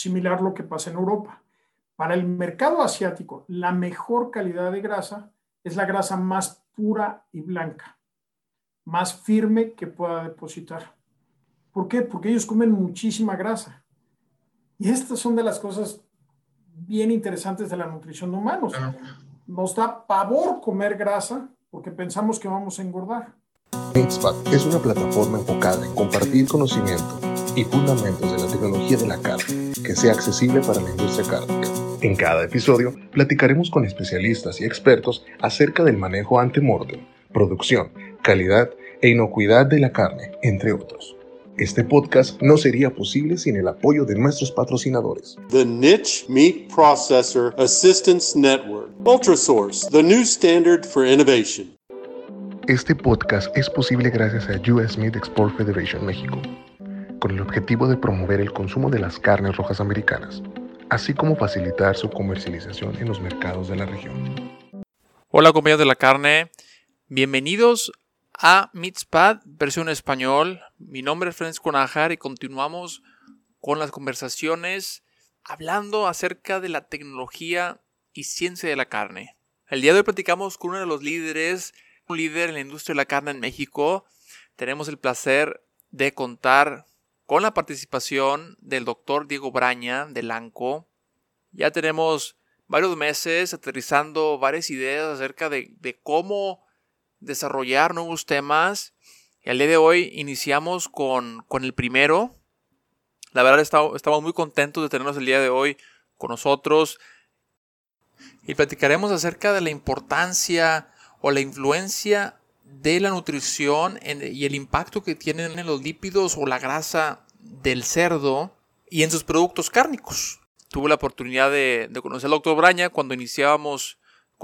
similar lo que pasa en Europa. Para el mercado asiático, la mejor calidad de grasa es la grasa más pura y blanca, más firme que pueda depositar. ¿Por qué? Porque ellos comen muchísima grasa. Y estas son de las cosas bien interesantes de la nutrición de humanos. Nos da pavor comer grasa porque pensamos que vamos a engordar. MeatSpot es una plataforma enfocada en compartir conocimiento y fundamentos de la tecnología de la carne que sea accesible para la industria cárnica. En cada episodio platicaremos con especialistas y expertos acerca del manejo ante-mortem, producción, calidad e inocuidad de la carne, entre otros. Este podcast no sería posible sin el apoyo de nuestros patrocinadores. The Niche Meat Processor Assistance Network. Ultrasource, the new standard for innovation. Este podcast es posible gracias a US Meat Export Federation México, con el objetivo de promover el consumo de las carnes rojas americanas, así como facilitar su comercialización en los mercados de la región. Hola compañeros de la carne, bienvenidos a MeatSpot versión español. Mi nombre es Francisco Nájar y continuamos con las conversaciones hablando acerca de la tecnología y ciencia de la carne. El día de hoy platicamos con uno de los líderes, un líder en la industria de la carne en México. Tenemos el placer de contar con la participación del doctor Diego Braña de Lanco. Ya tenemos varios meses aterrizando varias ideas acerca de cómo desarrollar nuevos temas. Y al día de hoy iniciamos con el primero. La verdad estamos muy contentos de tenerlos el día de hoy con nosotros. Y platicaremos acerca de la importancia o la influencia de la nutrición y el impacto que tienen en los lípidos o la grasa del cerdo y en sus productos cárnicos. Tuve la oportunidad de conocer al doctor Braña cuando iniciamos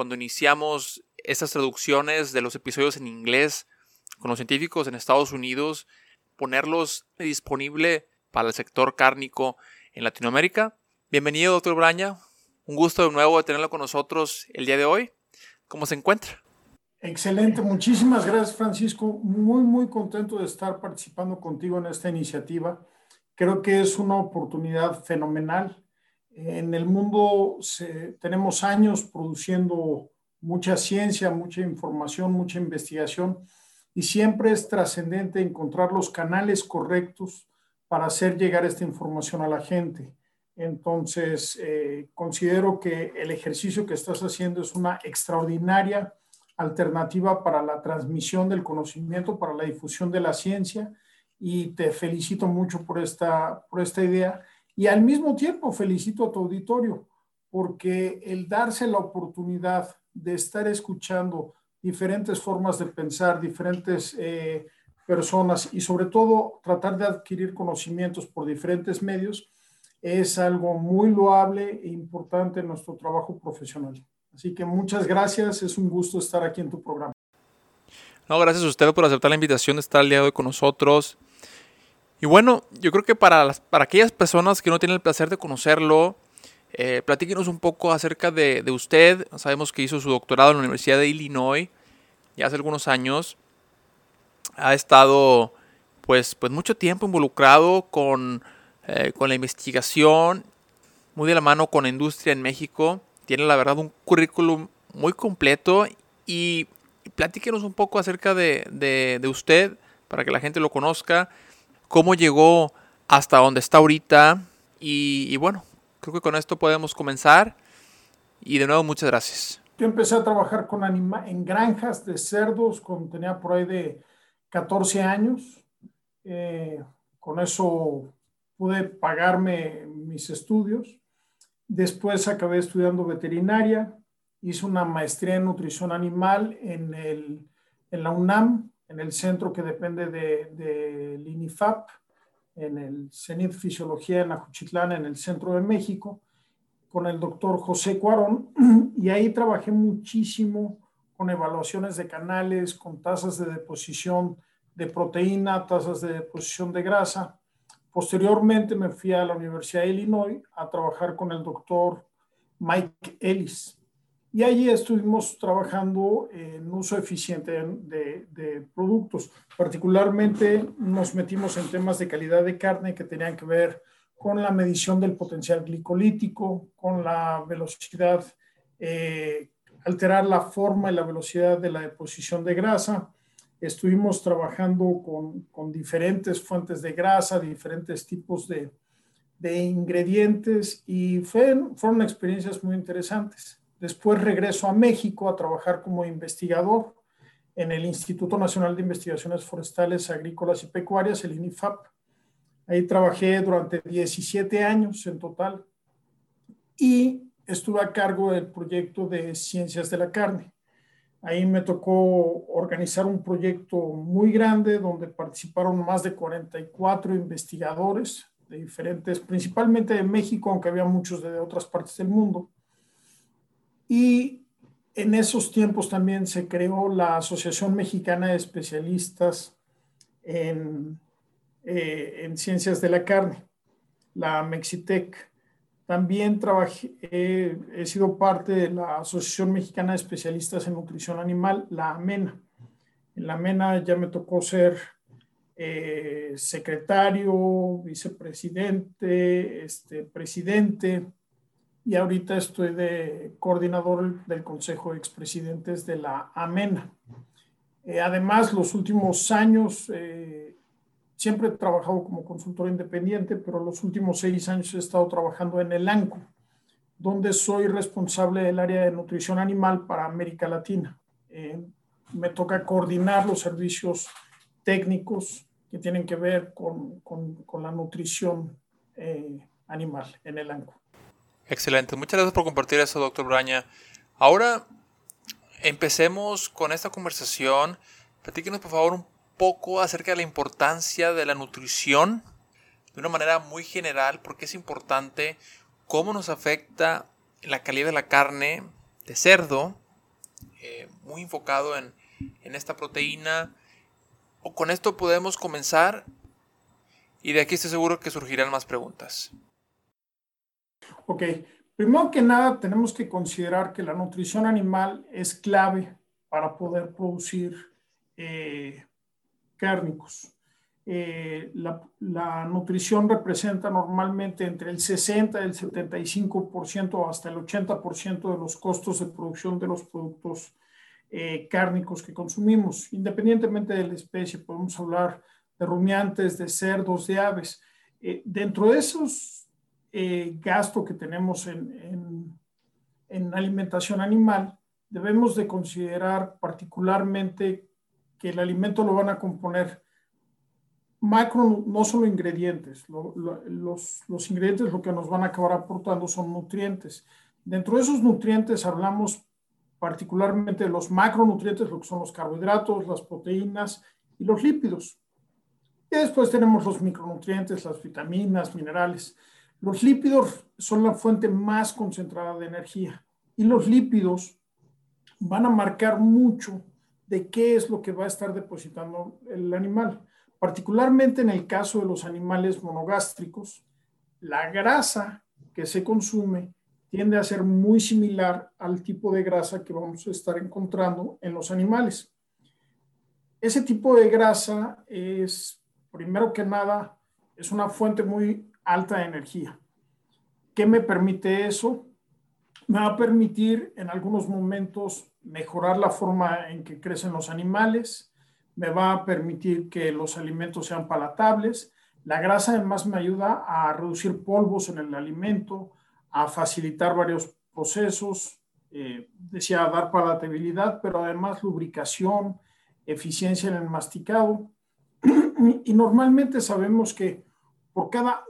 estas traducciones de los episodios en inglés con los científicos en Estados Unidos, ponerlos disponible para el sector cárnico en Latinoamérica. Bienvenido, doctor Braña. Un gusto de nuevo de tenerlo con nosotros el día de hoy. ¿Cómo se encuentra? Excelente, muchísimas gracias, Francisco. Muy contento de estar participando contigo en esta iniciativa. Creo que es una oportunidad fenomenal. En el mundo tenemos años produciendo mucha ciencia, mucha información, mucha investigación, y siempre es trascendente encontrar los canales correctos para hacer llegar esta información a la gente. Entonces, considero que el ejercicio que estás haciendo es una extraordinaria alternativa para la transmisión del conocimiento, para la difusión de la ciencia, y te felicito mucho por esta idea. Y al mismo tiempo felicito a tu auditorio, porque el darse la oportunidad de estar escuchando diferentes formas de pensar, diferentes personas, y sobre todo tratar de adquirir conocimientos por diferentes medios, es algo muy loable e importante en nuestro trabajo profesional. Así que muchas gracias, es un gusto estar aquí en tu programa. No, gracias a usted por aceptar la invitación de estar el día de hoy con nosotros. Y bueno, yo creo que para aquellas personas que no tienen el placer de conocerlo, platíquenos un poco acerca de usted. Sabemos que hizo su doctorado en la Universidad de Illinois ya hace algunos años. Ha estado pues mucho tiempo involucrado con la investigación, muy de la mano con la industria en México. Tiene la verdad un currículum muy completo y platíquenos un poco acerca de usted para que la gente lo conozca, cómo llegó hasta donde está ahorita y bueno, creo que con esto podemos comenzar y de nuevo muchas gracias. Yo empecé a trabajar en granjas de cerdos cuando tenía por ahí de 14 años. Con eso pude pagarme mis estudios. Después acabé estudiando veterinaria, hice una maestría en nutrición animal en la UNAM, en el centro que depende del INIFAP, en el CENIT Fisiología en Ajuchitlán, en el centro de México, con el doctor José Cuarón, y ahí trabajé muchísimo con evaluaciones de canales, con tasas de deposición de proteína, tasas de deposición de grasa. Posteriormente me fui a la Universidad de Illinois a trabajar con el doctor Mike Ellis. Y allí estuvimos trabajando en uso eficiente de productos. Particularmente nos metimos en temas de calidad de carne que tenían que ver con la medición del potencial glicolítico, con la velocidad, alterar la forma y la velocidad de la deposición de grasa. Estuvimos trabajando con diferentes fuentes de grasa, diferentes tipos de ingredientes y fueron experiencias muy interesantes. Después regreso a México a trabajar como investigador en el Instituto Nacional de Investigaciones Forestales, Agrícolas y Pecuarias, el INIFAP. Ahí trabajé durante 17 años en total y estuve a cargo del proyecto de Ciencias de la Carne. Ahí me tocó organizar un proyecto muy grande donde participaron más de 44 investigadores de diferentes, principalmente de México, aunque había muchos de otras partes del mundo. Y en esos tiempos también se creó la Asociación Mexicana de Especialistas en Ciencias de la Carne, la Mexitec. También he sido parte de la Asociación Mexicana de Especialistas en Nutrición Animal, la AMENA. En la AMENA ya me tocó ser secretario, vicepresidente, presidente, y ahorita estoy de coordinador del Consejo de Expresidentes de la AMENA. Además, los últimos años, siempre he trabajado como consultor independiente, pero los últimos 6 años he estado trabajando en el ANCO, donde soy responsable del área de nutrición animal para América Latina. Me toca coordinar los servicios técnicos que tienen que ver con la nutrición animal en el ANCO. Excelente. Muchas gracias por compartir eso, doctor Braña. Ahora empecemos con esta conversación. Platíquenos, por favor, un poco acerca de la importancia de la nutrición de una manera muy general, porque es importante, cómo nos afecta la calidad de la carne de cerdo, muy enfocado en esta proteína. O con esto podemos comenzar y de aquí estoy seguro que surgirán más preguntas. Ok, primero que nada tenemos que considerar que la nutrición animal es clave para poder producir cárnicos. La nutrición representa normalmente entre el 60 y el 75% hasta el 80% de los costos de producción de los productos cárnicos que consumimos. Independientemente de la especie, podemos hablar de rumiantes, de cerdos, de aves. Dentro de esos gastos que tenemos en alimentación animal, debemos de considerar particularmente que el alimento lo van a componer macro, no solo ingredientes. Los ingredientes lo que nos van a acabar aportando son nutrientes. Dentro de esos nutrientes hablamos particularmente de los macronutrientes, lo que son los carbohidratos, las proteínas y los lípidos. Y después tenemos los micronutrientes, las vitaminas, minerales. Los lípidos son la fuente más concentrada de energía y los lípidos van a marcar mucho de qué es lo que va a estar depositando el animal. Particularmente en el caso de los animales monogástricos, la grasa que se consume tiende a ser muy similar al tipo de grasa que vamos a estar encontrando en los animales. Ese tipo de grasa es, primero que nada, es una fuente muy alta de energía. ¿Qué me permite eso? Me va a permitir en algunos momentos mejorar la forma en que crecen los animales, me va a permitir que los alimentos sean palatables. La grasa además me ayuda a reducir polvos en el alimento, a facilitar varios procesos, decía dar palatabilidad, pero además lubricación, eficiencia en el masticado. Y normalmente sabemos que por cada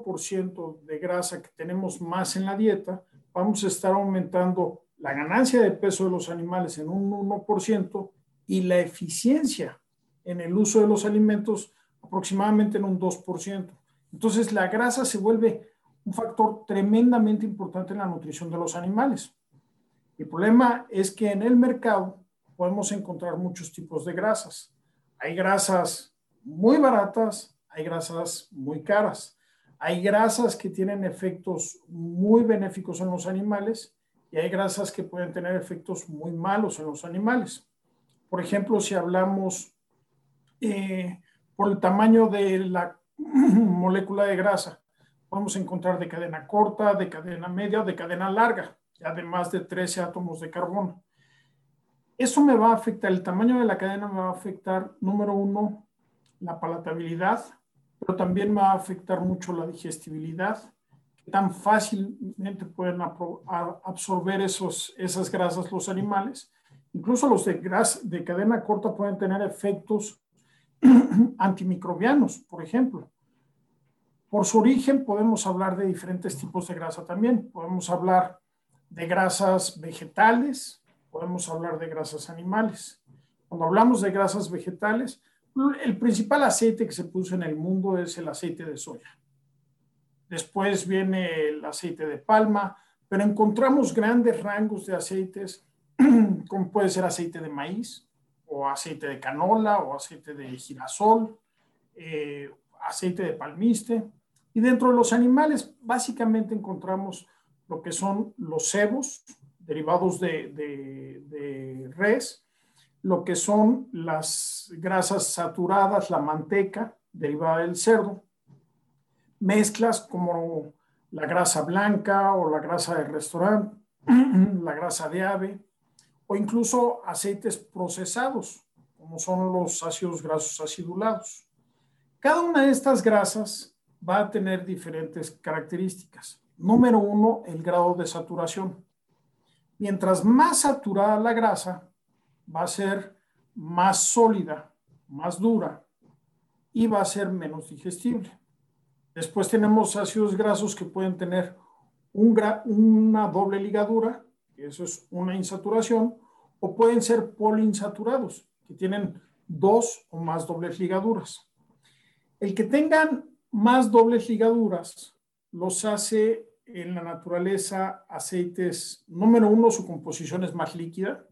1% de grasa que tenemos más en la dieta, vamos a estar aumentando la ganancia de peso de los animales en un 1% y la eficiencia en el uso de los alimentos aproximadamente en un 2%. Entonces la grasa se vuelve un factor tremendamente importante en la nutrición de los animales. El problema es que en el mercado podemos encontrar muchos tipos de grasas. Hay grasas muy baratas, hay grasas muy caras. Hay grasas que tienen efectos muy benéficos en los animales y hay grasas que pueden tener efectos muy malos en los animales. Por ejemplo, si hablamos por el tamaño de la molécula de grasa, Podemos encontrar de cadena corta, de cadena media o de cadena larga, además de 13 átomos de carbono. Eso me va a afectar, el tamaño de la cadena me va a afectar, número uno, la palatabilidad, pero también me va a afectar mucho la digestibilidad, qué tan fácilmente pueden absorber esas grasas los animales. Incluso los de cadena corta pueden tener efectos antimicrobianos, por ejemplo. Por su origen podemos hablar de diferentes tipos de grasa también. Podemos hablar de grasas vegetales, podemos hablar de grasas animales. Cuando hablamos de grasas vegetales, el principal aceite que se puso en el mundo es el aceite de soya. Después viene el aceite de palma, pero encontramos grandes rangos de aceites, como puede ser aceite de maíz, o aceite de canola, o aceite de girasol, aceite de palmiste. Y dentro de los animales, básicamente encontramos lo que son los cebos, derivados de res, lo que son las grasas saturadas, la manteca, derivada del cerdo, mezclas como la grasa blanca o la grasa de restaurante, la grasa de ave, o incluso aceites procesados, como son los ácidos grasos acidulados. Cada una de estas grasas va a tener diferentes características. Número uno, el grado de saturación. Mientras más saturada la grasa, va a ser más sólida, más dura y va a ser menos digestible. Después tenemos ácidos grasos que pueden tener una doble ligadura, que eso es una insaturación, o pueden ser poliinsaturados, que tienen dos o más dobles ligaduras. El que tengan más dobles ligaduras los hace en la naturaleza aceites, número uno, su composición es más líquida,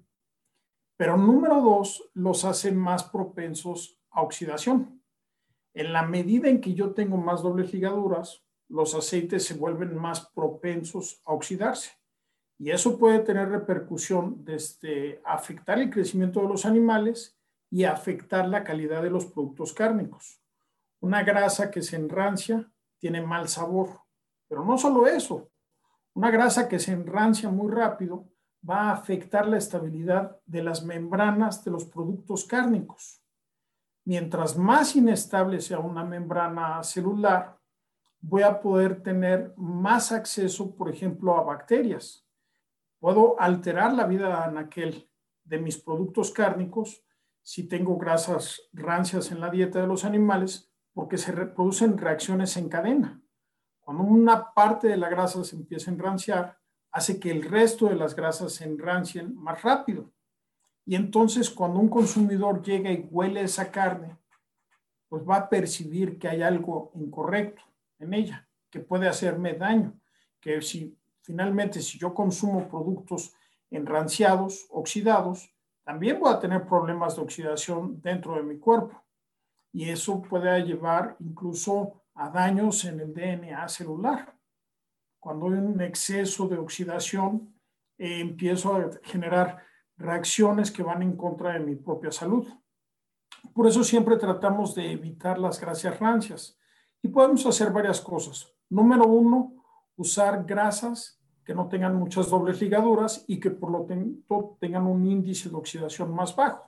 pero número dos, los hace más propensos a oxidación. En la medida en que yo tengo más dobles ligaduras, los aceites se vuelven más propensos a oxidarse. Y eso puede tener repercusión desde afectar el crecimiento de los animales y afectar la calidad de los productos cárnicos. Una grasa que se enrancia tiene mal sabor, pero no solo eso. Una grasa que se enrancia muy rápido va a afectar la estabilidad de las membranas de los productos cárnicos. Mientras más inestable sea una membrana celular, voy a poder tener más acceso, por ejemplo, a bacterias. Puedo alterar la vida anaquel de mis productos cárnicos si tengo grasas rancias en la dieta de los animales, porque se reproducen reacciones en cadena. Cuando una parte de la grasa se empieza a enranciar, hace que el resto de las grasas se enrancien más rápido. Y entonces cuando un consumidor llega y huele esa carne, pues va a percibir que hay algo incorrecto en ella, que puede hacerme daño, que finalmente si yo consumo productos enranciados, oxidados, también voy a tener problemas de oxidación dentro de mi cuerpo. Y eso puede llevar incluso a daños en el DNA celular. Cuando hay un exceso de oxidación, empiezo a generar reacciones que van en contra de mi propia salud. Por eso siempre tratamos de evitar las grasas rancias. Y podemos hacer varias cosas. Número uno, usar grasas que no tengan muchas dobles ligaduras y que por lo tanto tengan un índice de oxidación más bajo.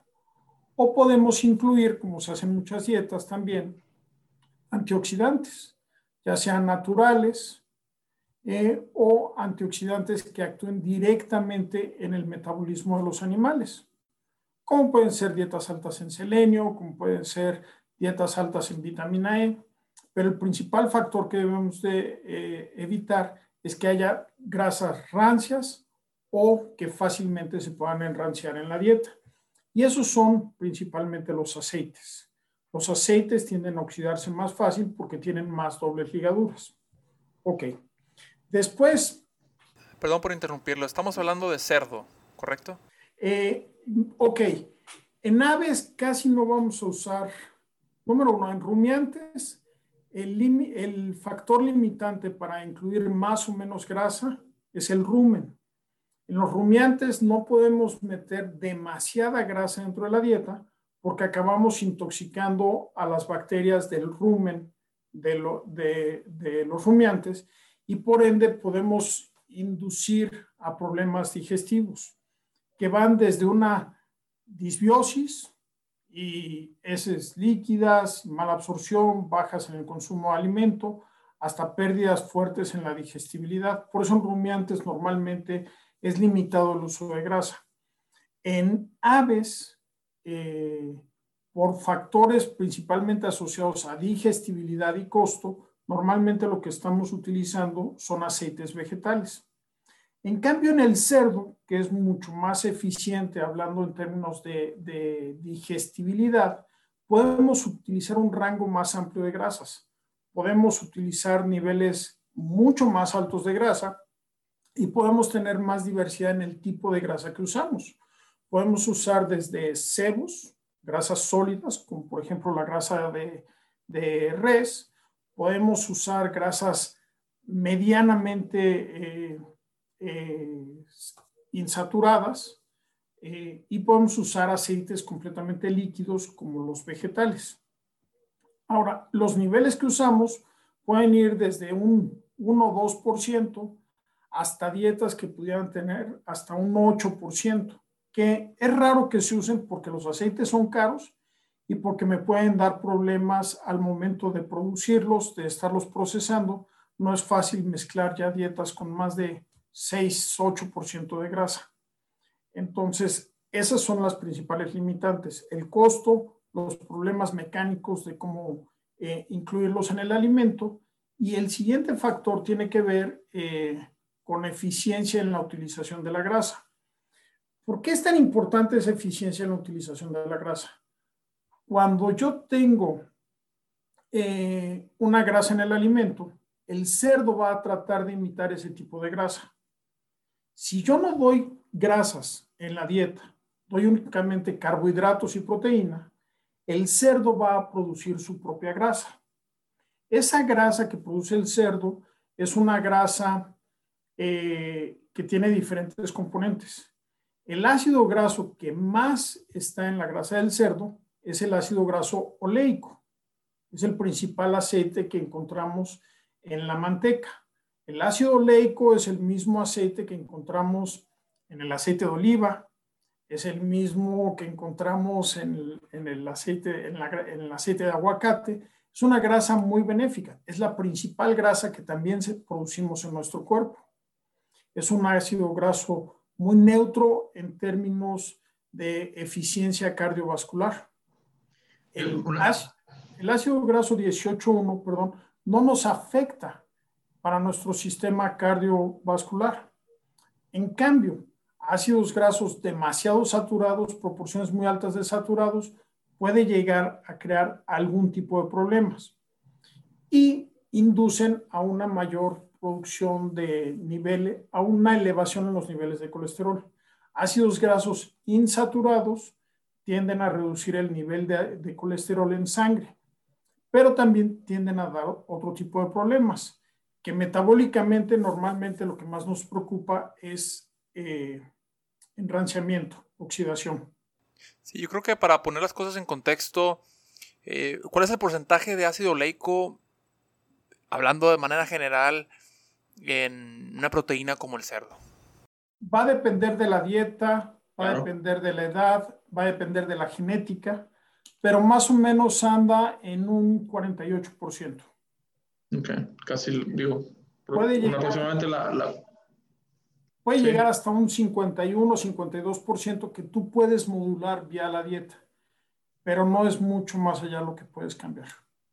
O podemos incluir, como se hacen muchas dietas también, antioxidantes, ya sean naturales o antioxidantes que actúen directamente en el metabolismo de los animales, como pueden ser dietas altas en selenio, como pueden ser dietas altas en vitamina E, pero el principal factor que debemos de evitar es que haya grasas rancias o que fácilmente se puedan enranciar en la dieta. Y esos son principalmente los aceites. Los aceites tienden a oxidarse más fácil porque tienen más dobles ligaduras. Ok. Después... Perdón por interrumpirlo. Estamos hablando de cerdo, ¿correcto? Ok. En aves casi no vamos a usar... Número uno, en rumiantes, el factor limitante para incluir más o menos grasa es el rumen. En los rumiantes no podemos meter demasiada grasa dentro de la dieta porque acabamos intoxicando a las bacterias del rumen de los rumiantes y por ende podemos inducir a problemas digestivos que van desde una disbiosis y heces líquidas, mala absorción, bajas en el consumo de alimento, hasta pérdidas fuertes en la digestibilidad. Por eso en rumiantes normalmente es limitado el uso de grasa. En aves, por factores principalmente asociados a digestibilidad y costo, normalmente lo que estamos utilizando son aceites vegetales. En cambio, en el cerdo, que es mucho más eficiente hablando en términos de digestibilidad, podemos utilizar un rango más amplio de grasas. Podemos utilizar niveles mucho más altos de grasa y podemos tener más diversidad en el tipo de grasa que usamos. Podemos usar desde cebos, grasas sólidas, como por ejemplo la grasa de res. Podemos usar grasas medianamente insaturadas y podemos usar aceites completamente líquidos como los vegetales. Ahora, los niveles que usamos pueden ir desde un 1 o 2% hasta dietas que pudieran tener hasta un 8%, que es raro que se usen porque los aceites son caros y porque me pueden dar problemas al momento de producirlos, de estarlos procesando. No es fácil mezclar ya dietas con más de 6-8% de grasa. Entonces, esas son las principales limitantes: el costo, los problemas mecánicos de cómo incluirlos en el alimento, y el siguiente factor tiene que ver con eficiencia en la utilización de la grasa. ¿Por qué es tan importante esa eficiencia en la utilización de la grasa? Cuando yo tengo una grasa en el alimento, el cerdo va a tratar de imitar ese tipo de grasa. Si yo no doy grasas en la dieta, doy únicamente carbohidratos y proteína, el cerdo va a producir su propia grasa. Esa grasa que produce el cerdo es una grasa que tiene diferentes componentes. El ácido graso que más está en la grasa del cerdo es el ácido graso oleico. Es el principal aceite que encontramos en la manteca. El ácido oleico es el mismo aceite que encontramos en el aceite de oliva, es el mismo que encontramos en el aceite de aguacate. Es una grasa muy benéfica, es la principal grasa que también producimos en nuestro cuerpo. Es un ácido graso muy neutro en términos de eficiencia cardiovascular. El ácido graso 18,1, no nos afecta para nuestro sistema cardiovascular. En cambio, ácidos grasos demasiado saturados, proporciones muy altas de saturados, puede llegar a crear algún tipo de problemas y inducen a una mayor producción de niveles, a una elevación en los niveles de colesterol. Ácidos grasos insaturados tienden a reducir el nivel de colesterol en sangre, pero también tienden a dar otro tipo de problemas, que metabólicamente normalmente lo que más nos preocupa es enranciamiento, oxidación. Sí, yo creo que para poner las cosas en contexto, ¿cuál es el porcentaje de ácido oleico, hablando de manera general, en una proteína como el cerdo? Va a depender de la dieta, va a depender de la edad, va a depender de la genética, pero más o menos anda en un 48%. Ok, casi digo, puede llegar, aproximadamente puede llegar hasta un 51-52% que tú puedes modular vía la dieta, pero no es mucho más allá lo que puedes cambiar.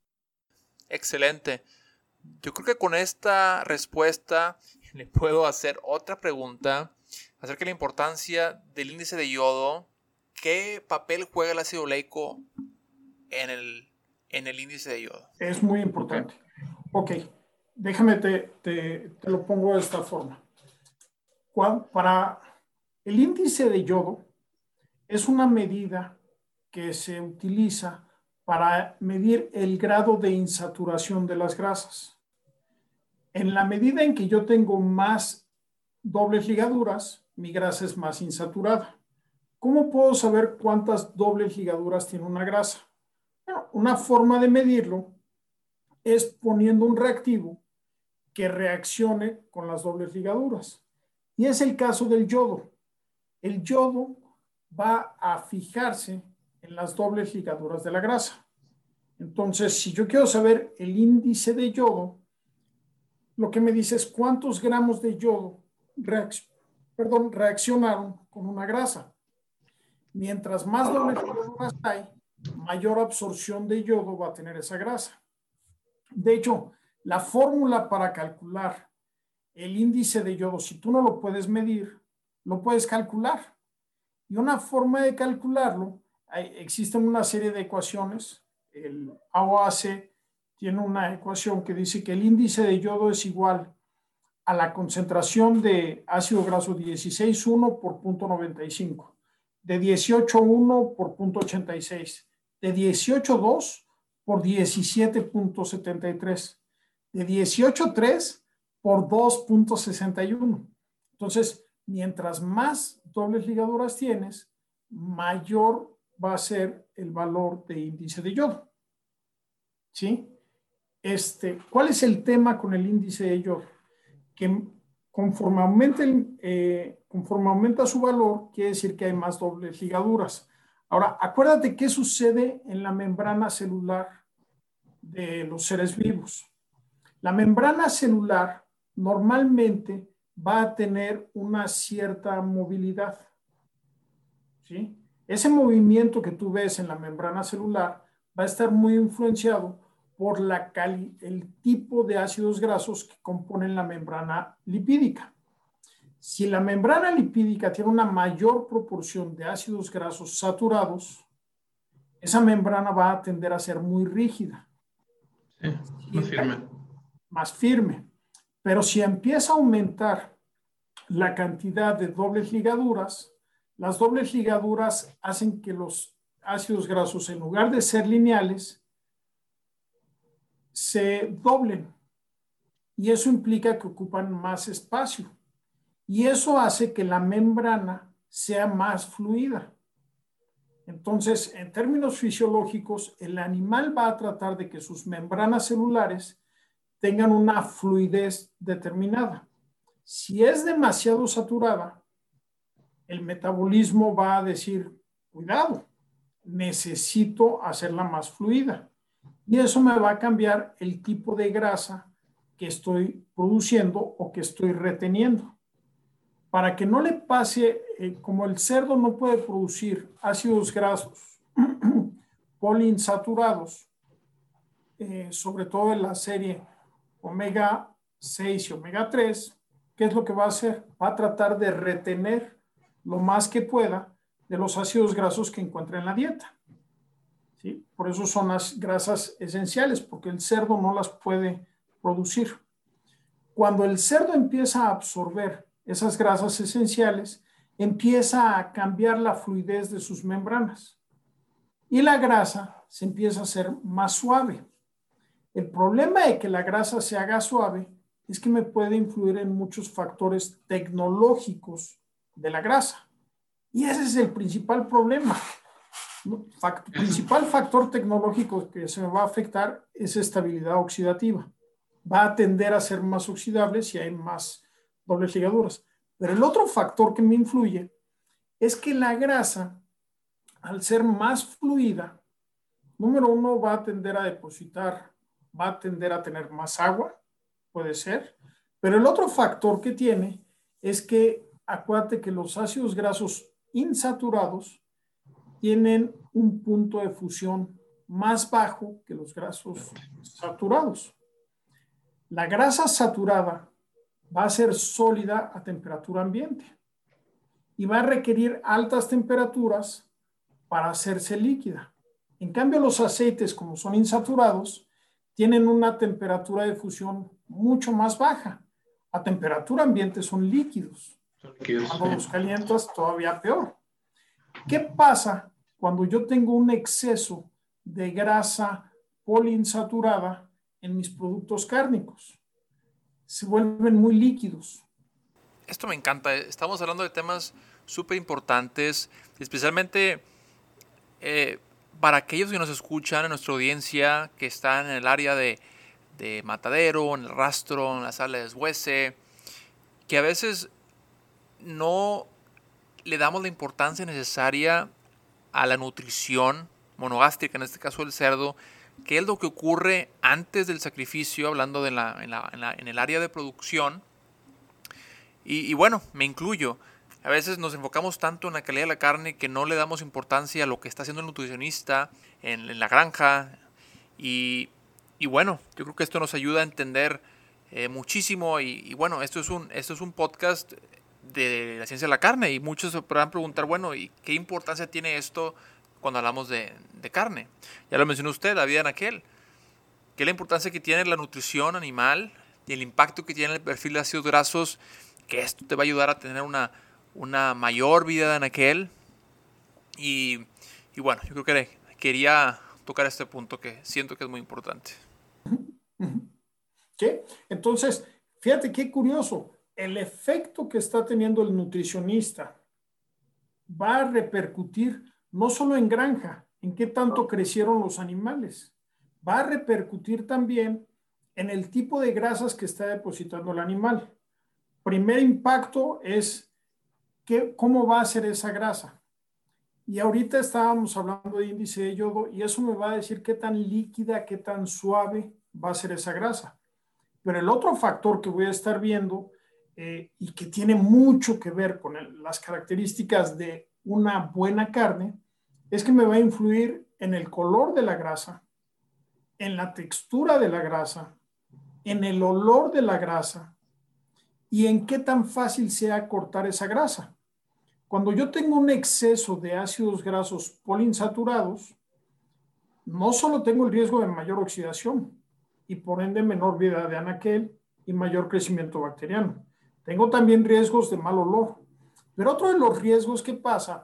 Excelente. Yo creo que con esta respuesta le puedo hacer otra pregunta acerca de la importancia del índice de yodo. ¿Qué papel juega el ácido oleico en el índice de yodo? Es muy importante. Ok, déjame te lo pongo de esta forma. Para el índice de yodo es una medida que se utiliza para medir el grado de insaturación de las grasas. En la medida en que yo tengo más dobles ligaduras, mi grasa es más insaturada. ¿Cómo puedo saber cuántas dobles ligaduras tiene una grasa? Bueno, una forma de medirlo es poniendo un reactivo que reaccione con las dobles ligaduras. Y es el caso del yodo. El yodo va a fijarse en las dobles ligaduras de la grasa. Entonces, si yo quiero saber el índice de yodo, lo que me dice es cuántos gramos de yodo reaccionaron con una grasa. Mientras más dobles ligaduras hay, mayor absorción de yodo va a tener esa grasa. De hecho, la fórmula para calcular el índice de yodo, si tú no lo puedes medir, lo puedes calcular. Y una forma de calcularlo, existen una serie de ecuaciones. El AOAC tiene una ecuación que dice que el índice de yodo es igual a la concentración de ácido graso 16,1 por 0.95, de 18,1 por 0.86, de 18,2 por 17.73, de 18,3 por 2.61. Entonces, mientras más dobles ligaduras tienes, mayor va a ser el valor de índice de yodo. ¿Sí? ¿Cuál es el tema con el índice de yodo? Que conforme aumenta su valor, quiere decir que hay más dobles ligaduras. Ahora, acuérdate qué sucede en la membrana celular de los seres vivos. La membrana celular normalmente va a tener una cierta movilidad. ¿Sí? Ese movimiento que tú ves en la membrana celular va a estar muy influenciado por el tipo de ácidos grasos que componen la membrana lipídica. Si la membrana lipídica tiene una mayor proporción de ácidos grasos saturados, esa membrana va a tender a ser muy rígida. Sí, más firme. Más firme. Pero si empieza a aumentar la cantidad de dobles ligaduras, las dobles ligaduras hacen que los ácidos grasos, en lugar de ser lineales, se doblen. Y eso implica que ocupan más espacio. Y eso hace que la membrana sea más fluida. Entonces, en términos fisiológicos, el animal va a tratar de que sus membranas celulares tengan una fluidez determinada. Si es demasiado saturada, el metabolismo va a decir, cuidado, necesito hacerla más fluida. Y eso me va a cambiar el tipo de grasa que estoy produciendo o que estoy reteniendo. Para que no le pase, como el cerdo no puede producir ácidos grasos poliinsaturados, sobre todo en la serie omega 6 y omega 3, ¿qué es lo que va a hacer? Va a tratar de retener lo más que pueda de los ácidos grasos que encuentra en la dieta. ¿Sí? Por eso son las grasas esenciales, porque el cerdo no las puede producir. Cuando el cerdo empieza a absorber esas grasas esenciales, empieza a cambiar la fluidez de sus membranas y la grasa se empieza a hacer más suave. El problema de que la grasa se haga suave es que me puede influir en muchos factores tecnológicos de la grasa. Y ese es el principal problema. Principal factor tecnológico que se me va a afectar es estabilidad oxidativa. Va a tender a ser más oxidable si hay más dobles ligaduras. Pero el otro factor que me influye es que la grasa, al ser más fluida, número uno, va a tender a depositar, va a tender a tener más agua, puede ser. Pero el otro factor que tiene es que acuérdate que los ácidos grasos insaturados tienen un punto de fusión más bajo que los grasos saturados. La grasa saturada va a ser sólida a temperatura ambiente y va a requerir altas temperaturas para hacerse líquida. En cambio, los aceites, como son insaturados, tienen una temperatura de fusión mucho más baja. A temperatura ambiente son líquidos. Cuando los calientas, todavía peor. ¿Qué pasa cuando yo tengo un exceso de grasa poliinsaturada en mis productos cárnicos? Se vuelven muy líquidos. Esto me encanta. Estamos hablando de temas súper importantes, especialmente para aquellos que nos escuchan en nuestra audiencia, que están en el área de de matadero, en el rastro, en la sala de deshuese, que a veces no le damos la importancia necesaria a la nutrición monogástrica, en este caso del cerdo, que es lo que ocurre antes del sacrificio, hablando en el área de producción. Y bueno, me incluyo. A veces nos enfocamos tanto en la calidad de la carne que no le damos importancia a lo que está haciendo el nutricionista en la granja. Y bueno, yo creo que esto nos ayuda a entender muchísimo. Y bueno, esto es un podcast de la ciencia de la carne. Y muchos se podrán preguntar, bueno, ¿y qué importancia tiene esto cuando hablamos de carne? Ya lo mencionó usted, David Anaquel. ¿Qué es la importancia que tiene la nutrición animal y el impacto que tiene el perfil de ácidos grasos? Que esto te va a ayudar a tener una mayor vida de anaquel. Y bueno, yo creo que quería tocar este punto que siento que es muy importante. ¿Sí? Entonces, fíjate qué curioso. El efecto que está teniendo el nutricionista va a repercutir no solo en granja, en qué tanto crecieron los animales, va a repercutir también en el tipo de grasas que está depositando el animal. Primer impacto es cómo va a ser esa grasa. Y ahorita estábamos hablando de índice de yodo y eso me va a decir qué tan líquida, qué tan suave va a ser esa grasa. Pero el otro factor que voy a estar viendo y que tiene mucho que ver con las características de una buena carne es que me va a influir en el color de la grasa, en la textura de la grasa, en el olor de la grasa y en qué tan fácil sea cortar esa grasa. Cuando yo tengo un exceso de ácidos grasos poliinsaturados, no solo tengo el riesgo de mayor oxidación y por ende menor vida de anaquel y mayor crecimiento bacteriano, tengo también riesgos de mal olor. Pero otro de los riesgos que pasa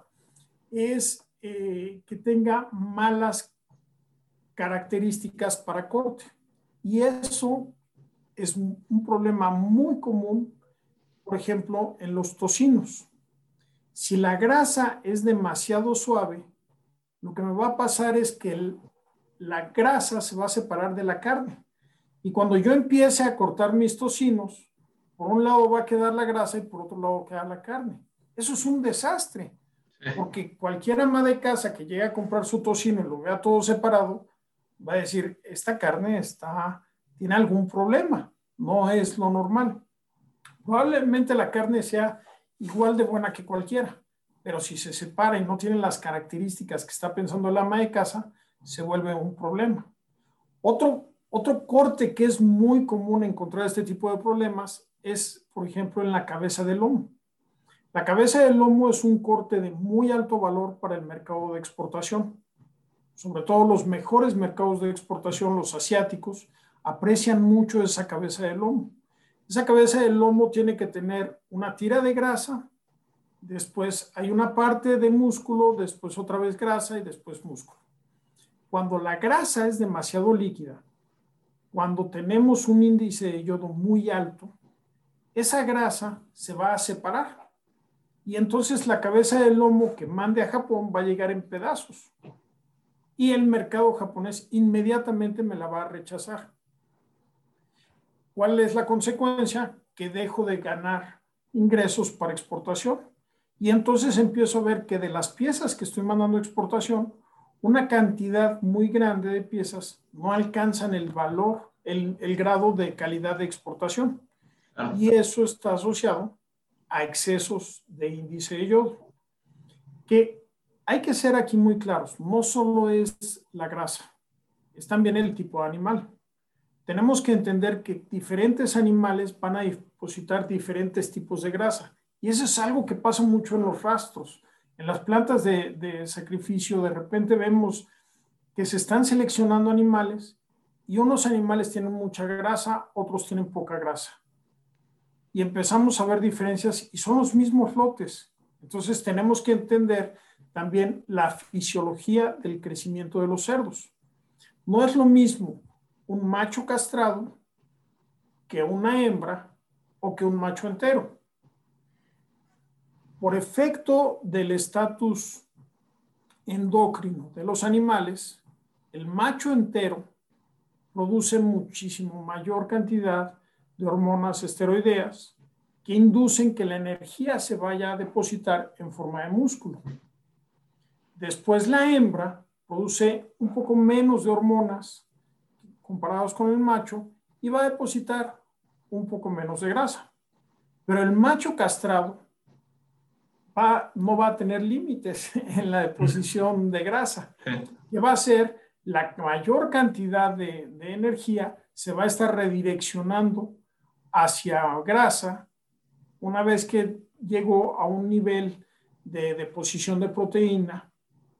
es que tenga malas características para corte. Y eso es un problema muy común, por ejemplo, en los tocinos. Si la grasa es demasiado suave, lo que me va a pasar es que la grasa se va a separar de la carne. Y cuando yo empiece a cortar mis tocinos, por un lado va a quedar la grasa y por otro lado va a quedar la carne. Eso es un desastre, porque cualquier ama de casa que llegue a comprar su tocino y lo vea todo separado, va a decir, esta carne tiene algún problema, no es lo normal. Probablemente la carne sea igual de buena que cualquiera, pero si se separa y no tiene las características que está pensando el ama de casa, se vuelve un problema. Otro corte que es muy común encontrar este tipo de problemas es, por ejemplo, en la cabeza del lomo. La cabeza del lomo es un corte de muy alto valor para el mercado de exportación. Sobre todo los mejores mercados de exportación, los asiáticos, aprecian mucho esa cabeza de lomo. Esa cabeza de lomo tiene que tener una tira de grasa, después hay una parte de músculo, después otra vez grasa y después músculo. Cuando la grasa es demasiado líquida, cuando tenemos un índice de yodo muy alto, esa grasa se va a separar y entonces la cabeza del lomo que mande a Japón va a llegar en pedazos y el mercado japonés inmediatamente me la va a rechazar. ¿Cuál es la consecuencia? Que dejo de ganar ingresos para exportación y entonces empiezo a ver que de las piezas que estoy mandando a exportación, una cantidad muy grande de piezas no alcanzan el valor, el grado de calidad de exportación. Y eso está asociado a excesos de índice de yodo. Que hay que ser aquí muy claros, no solo es la grasa, es también el tipo de animal. Tenemos que entender que diferentes animales van a depositar diferentes tipos de grasa. Y eso es algo que pasa mucho en los rastros. En las plantas de sacrificio, de repente vemos que se están seleccionando animales y unos animales tienen mucha grasa, otros tienen poca grasa. Y empezamos a ver diferencias y son los mismos lotes. Entonces tenemos que entender también la fisiología del crecimiento de los cerdos. No es lo mismo un macho castrado que una hembra o que un macho entero. Por efecto del estatus endocrino de los animales, el macho entero produce muchísimo mayor cantidad de hormonas esteroideas que inducen que la energía se vaya a depositar en forma de músculo. Después la hembra produce un poco menos de hormonas comparados con el macho y va a depositar un poco menos de grasa. Pero el macho castrado no va a tener límites en la deposición de grasa, que va a ser la mayor cantidad de energía se va a estar redireccionando hacia grasa una vez que llegó a un nivel de deposición de proteína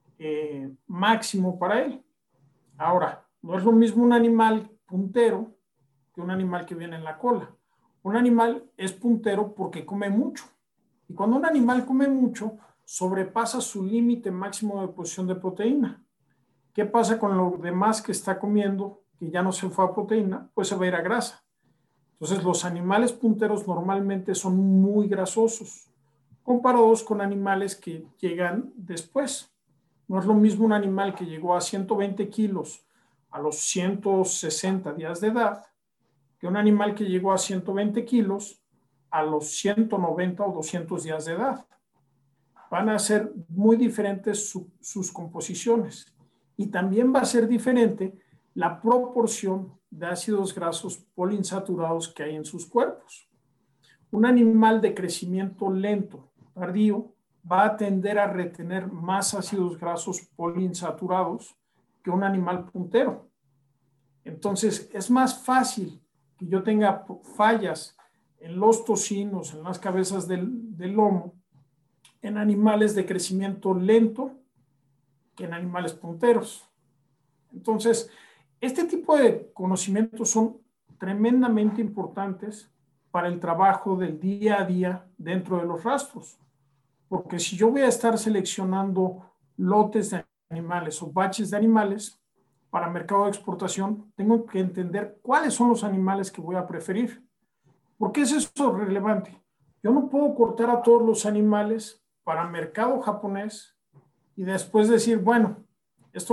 máximo para él. Ahora, no es lo mismo un animal puntero que un animal que viene en la cola. Un animal es puntero porque come mucho. Y cuando un animal come mucho, sobrepasa su límite máximo de deposición de proteína. ¿Qué pasa con lo demás que está comiendo, que ya no se fue a proteína? Pues se va a ir a grasa. Entonces, los animales punteros normalmente son muy grasosos, comparados con animales que llegan después. No es lo mismo un animal que llegó a 120 kilos a los 160 días de edad que un animal que llegó a 120 kilos a los 190 o 200 días de edad. Van a ser muy diferentes sus composiciones. Y también va a ser diferente la proporción de ácidos grasos poliinsaturados que hay en sus cuerpos. Un animal de crecimiento lento, tardío, va a tender a retener más ácidos grasos poliinsaturados que un animal puntero. Entonces, es más fácil que yo tenga fallas en los tocinos, en las cabezas del lomo, en animales de crecimiento lento que en animales punteros. Entonces, este tipo de conocimientos son tremendamente importantes para el trabajo del día a día dentro de los rastros. Porque si yo voy a estar seleccionando lotes de animales o baches de animales para mercado de exportación, tengo que entender cuáles son los animales que voy a preferir. ¿Por qué es eso relevante? Yo no puedo cortar a todos los animales para mercado japonés y después decir, bueno, esto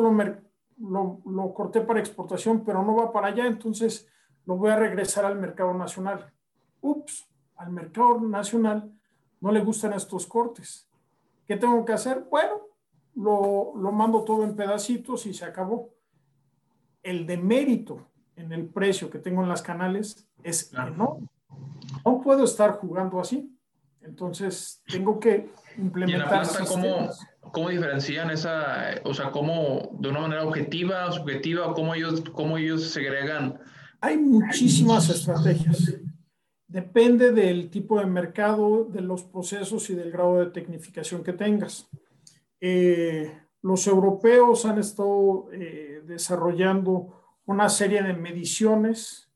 lo corté para exportación, pero no va para allá, entonces lo voy a regresar al mercado nacional. Ups, al mercado nacional no le gustan estos cortes. ¿Qué tengo que hacer? Bueno, lo mando todo en pedacitos y se acabó. El demérito en el precio que tengo en las canales es enorme. No puedo estar jugando así. Entonces, tengo que implementar. ¿Y en la planta cómo diferencian esa, o sea, cómo de una manera objetiva o subjetiva, cómo ellos segregan? Hay muchísimas estrategias. Depende del tipo de mercado, de los procesos y del grado de tecnificación que tengas. Los europeos han estado desarrollando una serie de mediciones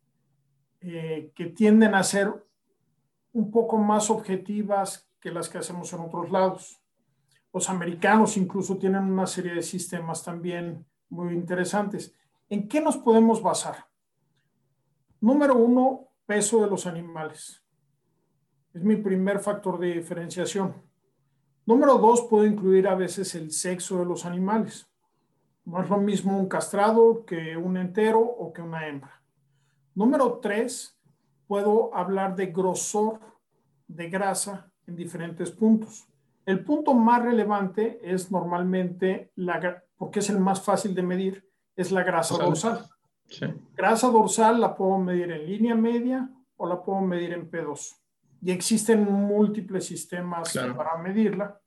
que tienden a ser un poco más objetivas que las que hacemos en otros lados. Los americanos incluso tienen una serie de sistemas también muy interesantes. ¿En qué nos podemos basar? Número uno, peso de los animales. Es mi primer factor de diferenciación. Número dos, puedo incluir a veces el sexo de los animales. No es lo mismo un castrado que un entero o que una hembra. Número tres, puedo hablar de grosor de grasa en diferentes puntos. El punto más relevante es normalmente, porque es el más fácil de medir, es la grasa dorsal. Sí. Grasa dorsal la puedo medir en línea media o la puedo medir en P2. Y existen múltiples sistemas para medirla.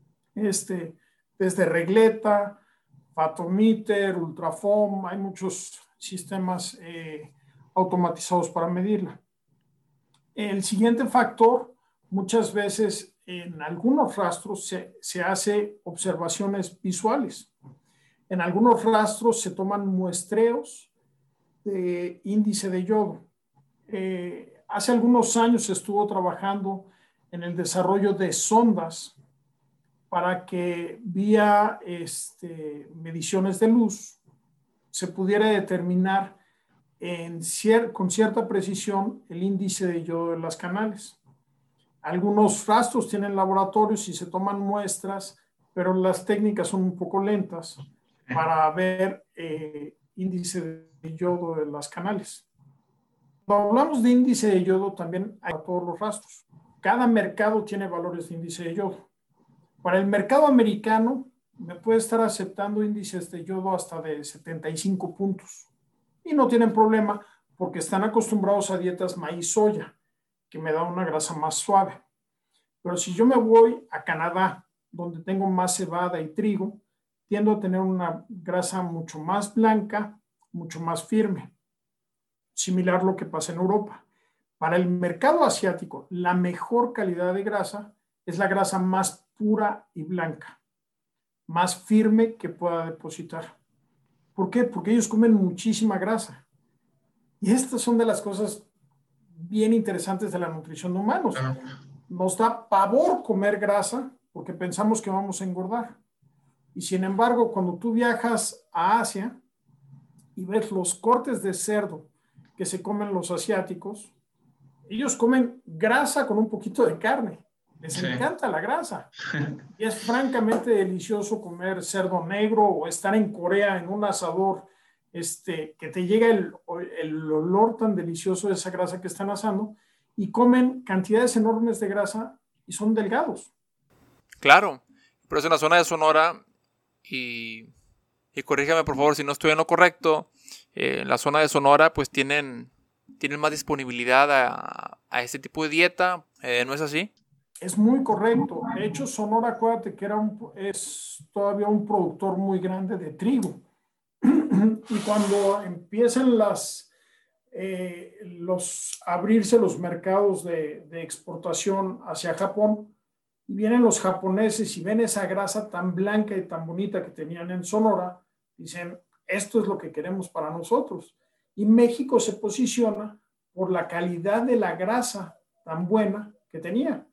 Desde regleta, Fatometer, Ultrafoam, hay muchos sistemas automatizados para medirla. El siguiente factor, muchas veces en algunos rastros se hace observaciones visuales. En algunos rastros se toman muestreos de índice de yodo. Hace algunos años se estuvo trabajando en el desarrollo de sondas para que vía mediciones de luz se pudiera determinar con cierta precisión el índice de yodo de las canales. Algunos rastros tienen laboratorios y se toman muestras, pero las técnicas son un poco lentas para ver índice yodo de las canales. Cuando hablamos de índice de yodo, también hay todos los rastros. Cada mercado tiene valores de índice de yodo. Para el mercado americano, me puede estar aceptando índices de yodo hasta de 75 puntos. Y no tienen problema porque están acostumbrados a dietas maíz-soya, que me da una grasa más suave. Pero si yo me voy a Canadá, donde tengo más cebada y trigo, tiendo a tener una grasa mucho más blanca, mucho más firme. Similar a lo que pasa en Europa. Para el mercado asiático, la mejor calidad de grasa es la grasa más pura y blanca, más firme que pueda depositar. ¿Por qué? Porque ellos comen muchísima grasa. Y estas son de las cosas bien interesantes de la nutrición de humanos. Nos da pavor comer grasa porque pensamos que vamos a engordar. Y sin embargo, cuando tú viajas a Asia y ves los cortes de cerdo que se comen los asiáticos, ellos comen grasa con un poquito de carne. Les encanta la grasa. Y es francamente delicioso comer cerdo negro o estar en Corea en un asador que te llega el olor tan delicioso de esa grasa que están asando, y comen cantidades enormes de grasa y son delgados. Claro, pero es en la zona de Sonora y corrígame por favor si no estoy en lo correcto, en la zona de Sonora pues tienen más disponibilidad a este tipo de dieta, ¿no es así? Es muy correcto. De hecho, Sonora, acuérdate que es todavía un productor muy grande de trigo. Y cuando empiezan abrirse los mercados de exportación hacia Japón, y vienen los japoneses y ven esa grasa tan blanca y tan bonita que tenían en Sonora, dicen, esto es lo que queremos para nosotros. Y México se posiciona por la calidad de la grasa tan buena que tenía.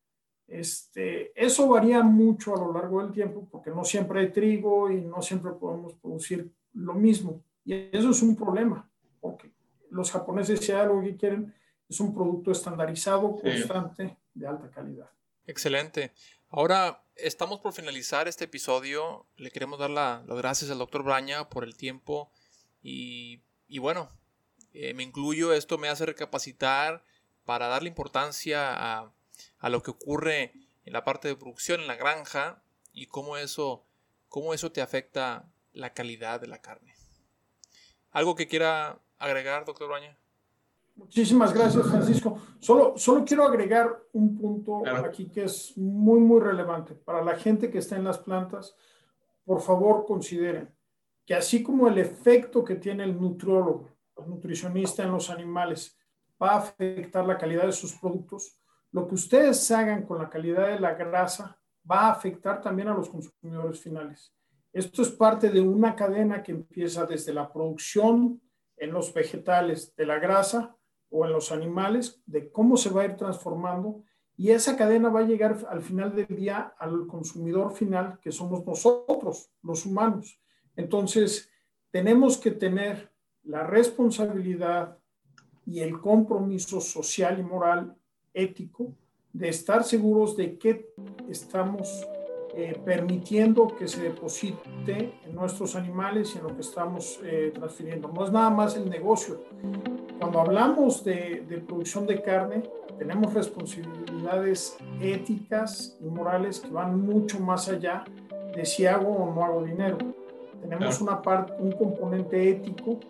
Eso varía mucho a lo largo del tiempo porque no siempre hay trigo y no siempre podemos producir lo mismo. Y eso es un problema porque los japoneses, si hay algo que quieren, es un producto estandarizado, constante, de alta calidad. Excelente. Ahora estamos por finalizar este episodio. Le queremos dar las gracias al Dr. Braña por el tiempo y bueno, me incluyo, esto me hace recapacitar para darle importancia a lo que ocurre en la parte de producción, en la granja, y cómo eso te afecta la calidad de la carne. ¿Algo que quiera agregar, doctor Braña? Muchísimas gracias, Francisco. Solo quiero agregar un punto aquí que es muy, muy relevante. Para la gente que está en las plantas, por favor consideren que así como el efecto que tiene el nutriólogo, el nutricionista en los animales, va a afectar la calidad de sus productos, lo que ustedes hagan con la calidad de la grasa va a afectar también a los consumidores finales. Esto es parte de una cadena que empieza desde la producción en los vegetales de la grasa o en los animales, de cómo se va a ir transformando, y esa cadena va a llegar al final del día al consumidor final, que somos nosotros, los humanos. Entonces, tenemos que tener la responsabilidad y el compromiso social y moral ético de estar seguros de que estamos permitiendo que se deposite en nuestros animales y en lo que estamos transfiriendo. No es nada más el negocio. Cuando hablamos de producción de carne, tenemos responsabilidades éticas y morales que van mucho más allá de si hago o no hago dinero. Tenemos un componente ético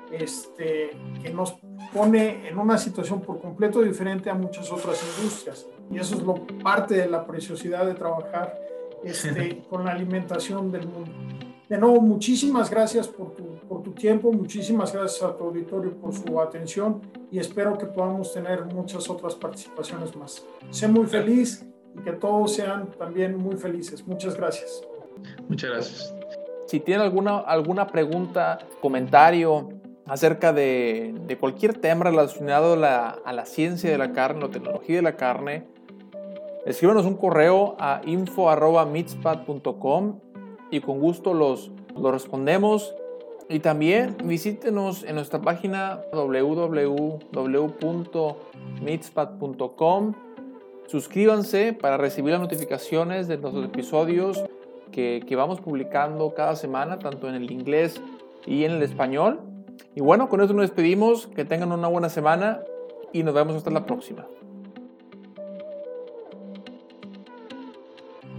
que nos pone en una situación por completo diferente a muchas otras industrias. Y eso es parte de la preciosidad de trabajar con la alimentación del mundo. De nuevo, muchísimas gracias por tu tiempo, muchísimas gracias a tu auditorio por su atención y espero que podamos tener muchas otras participaciones más. Sé muy feliz y que todos sean también muy felices. Muchas gracias. Muchas gracias. Si tienen alguna pregunta, comentario acerca de cualquier tema relacionado a la ciencia de la carne, la tecnología de la carne, escríbanos un correo a info@meatspad.com y con gusto los respondemos. Y también visítenos en nuestra página www.meatspad.com. Suscríbanse para recibir las notificaciones de nuestros episodios que vamos publicando cada semana, tanto en el inglés y en el español. Y bueno, con eso nos despedimos. Que tengan una buena semana y nos vemos hasta la próxima.